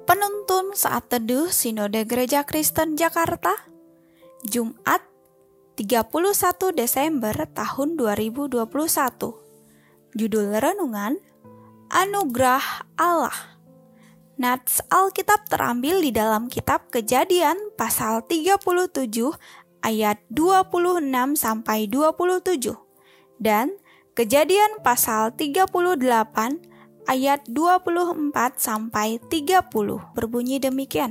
Penuntun Saat Teduh Sinode Gereja Kristen Jakarta, Jumat 31 Desember tahun 2021. Judul renungan, Anugerah Allah. Nats Alkitab terambil di dalam kitab Kejadian pasal 37 ayat 26 sampai 27 dan Kejadian pasal 38 ayat 24 sampai 30 berbunyi demikian.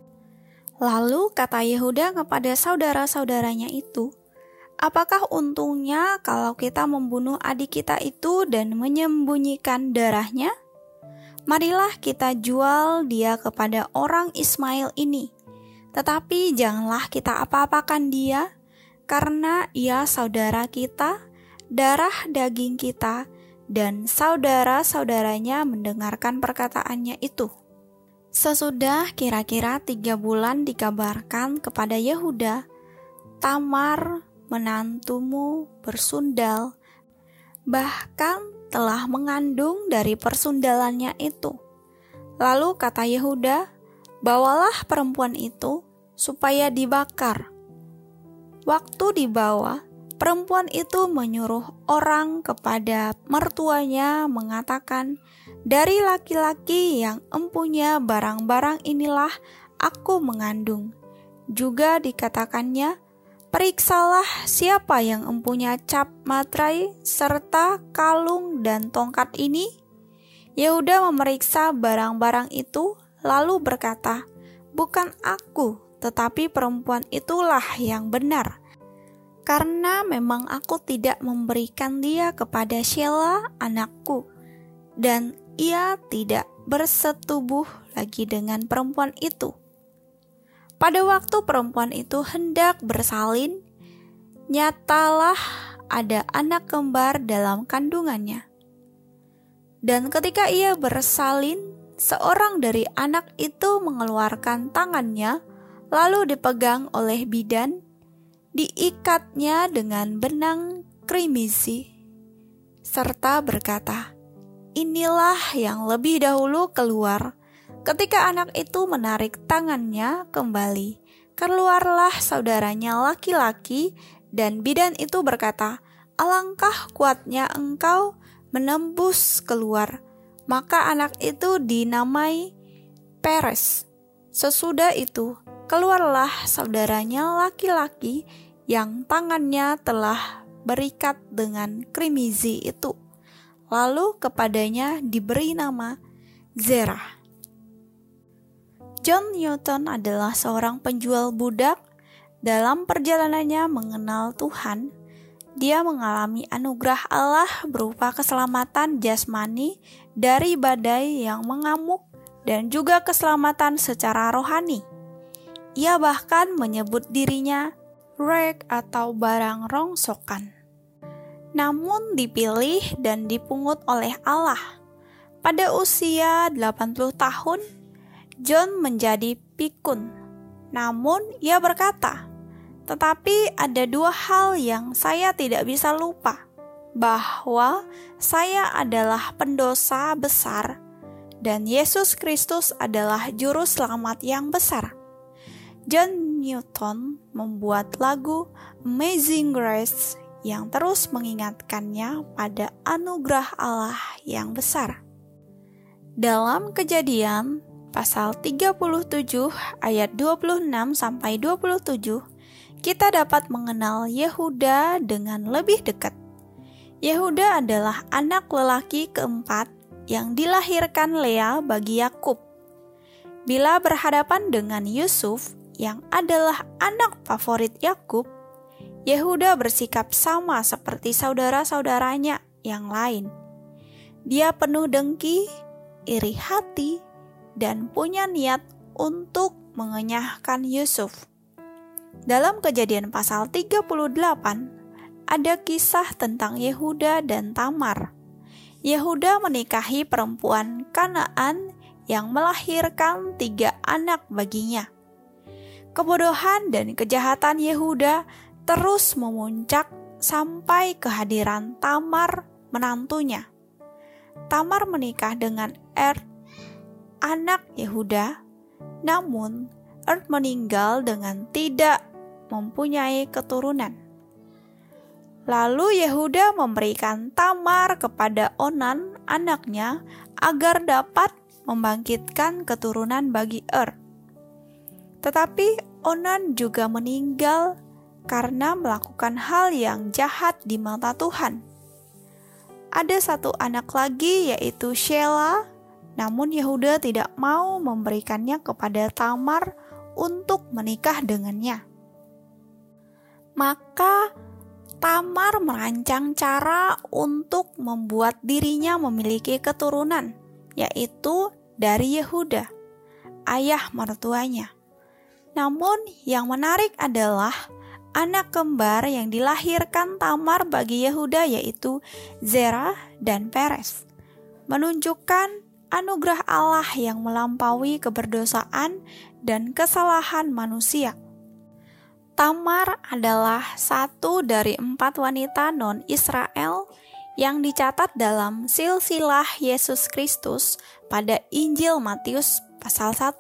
Lalu kata Yehuda kepada saudara-saudaranya itu, "Apakah untungnya kalau kita membunuh adik kita itu dan menyembunyikan darahnya? Marilah kita jual dia kepada orang Ismail ini. Tetapi janganlah kita apa-apakan dia, karena ia saudara kita, darah daging kita." Dan saudara-saudaranya mendengarkan perkataannya itu. Sesudah kira-kira 3 bulan dikabarkan kepada Yehuda, "Tamar, menantumu, bersundal, bahkan telah mengandung dari persundalannya itu." Lalu kata Yehuda, "Bawalah perempuan itu supaya dibakar." Waktu dibawa, perempuan itu menyuruh orang kepada mertuanya mengatakan, "Dari laki-laki yang empunya barang-barang inilah aku mengandung." Juga dikatakannya, "Periksalah siapa yang empunya cap materai serta kalung dan tongkat ini." Yehuda memeriksa barang-barang itu lalu berkata, "Bukan aku, tetapi perempuan itulah yang benar. Karena memang aku tidak memberikan dia kepada Shelah anakku, dan ia tidak bersetubuh lagi dengan perempuan itu." Pada waktu perempuan itu hendak bersalin, nyatalah ada anak kembar dalam kandungannya. Dan ketika ia bersalin, seorang dari anak itu mengeluarkan tangannya, lalu dipegang oleh bidan, diikatnya dengan benang krimisi, serta berkata, "Inilah yang lebih dahulu keluar." Ketika anak itu menarik tangannya kembali, keluarlah saudaranya laki-laki, dan bidan itu berkata, "Alangkah kuatnya engkau menembus keluar." Maka anak itu dinamai Peres. Sesudah itu, keluarlah saudaranya laki-laki yang tangannya telah berikat dengan krimisi itu. Lalu kepadanya diberi nama Zerah. John Newton adalah seorang penjual budak. Dalam perjalanannya mengenal Tuhan, dia mengalami anugerah Allah berupa keselamatan jasmani dari badai yang mengamuk dan juga keselamatan secara rohani. Ia bahkan menyebut dirinya wreck atau barang rongsokan. Namun dipilih dan dipungut oleh Allah. Pada usia 80 tahun, John menjadi pikun. Namun ia berkata, "Tetapi ada 2 hal yang saya tidak bisa lupa, bahwa saya adalah pendosa besar dan Yesus Kristus adalah juru selamat yang besar." John Newton membuat lagu Amazing Grace yang terus mengingatkannya pada anugerah Allah yang besar. Dalam Kejadian pasal 37 ayat 26 sampai 27, kita dapat mengenal Yehuda dengan lebih dekat. Yehuda adalah anak lelaki keempat yang dilahirkan Lea bagi Yakub. Bila berhadapan dengan Yusuf yang adalah anak favorit Yakub, Yehuda bersikap sama seperti saudara-saudaranya yang lain. Dia penuh dengki, iri hati, dan punya niat untuk mengenyahkan Yusuf. Dalam Kejadian pasal 38, ada kisah tentang Yehuda dan Tamar. Yehuda menikahi perempuan Kanaan yang melahirkan 3 anak baginya. Kebodohan dan kejahatan Yehuda terus memuncak sampai kehadiran Tamar menantunya. Tamar menikah dengan anak Yehuda Namun, Er meninggal dengan tidak mempunyai keturunan. Lalu Yehuda memberikan Tamar kepada Onan, anaknya, agar dapat membangkitkan keturunan bagi Er. Tetapi Onan juga meninggal karena melakukan hal yang jahat di mata Tuhan. Ada satu anak lagi, yaitu Shelah, namun Yehuda tidak mau memberikannya kepada Tamar untuk menikah dengannya. Maka Tamar merancang cara untuk membuat dirinya memiliki keturunan, yaitu dari Yehuda, ayah mertuanya. Namun yang menarik adalah anak kembar yang dilahirkan Tamar bagi Yehuda, yaitu Zerah dan Peres, menunjukkan anugerah Allah yang melampaui keberdosaan dan kesalahan manusia. Tamar adalah satu dari 4 wanita non-Israel yang dicatat dalam silsilah Yesus Kristus pada Injil Matius pasal 1.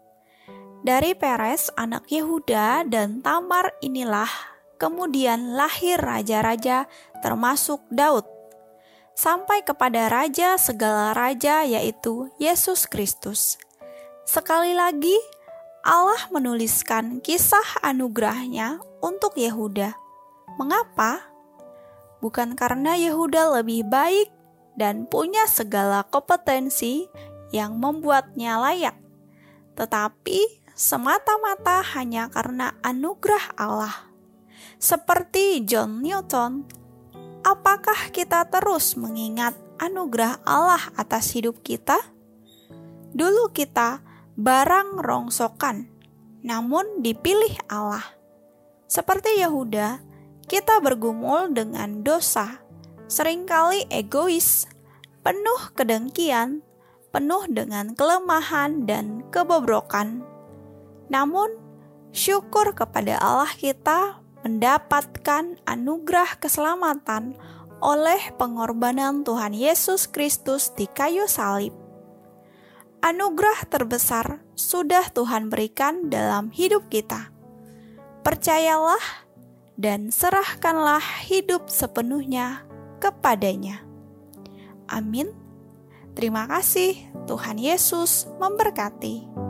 Dari Peres, anak Yehuda, dan Tamar inilah kemudian lahir raja-raja termasuk Daud, sampai kepada raja segala raja, yaitu Yesus Kristus. Sekali lagi, Allah menuliskan kisah anugerahnya untuk Yehuda. Mengapa? Bukan karena Yehuda lebih baik dan punya segala kompetensi yang membuatnya layak, tetapi semata-mata hanya karena anugerah Allah. Seperti John Newton, apakah kita terus mengingat anugerah Allah atas hidup kita? Dulu kita barang rongsokan, namun dipilih Allah. Seperti Yehuda, kita bergumul dengan dosa, seringkali egois, penuh kedengkian, penuh dengan kelemahan dan kebobrokan. Namun, syukur kepada Allah, kita mendapatkan anugerah keselamatan oleh pengorbanan Tuhan Yesus Kristus di kayu salib. Anugerah terbesar sudah Tuhan berikan dalam hidup kita. Percayalah dan serahkanlah hidup sepenuhnya kepadanya. Amin. Terima kasih, Tuhan Yesus memberkati.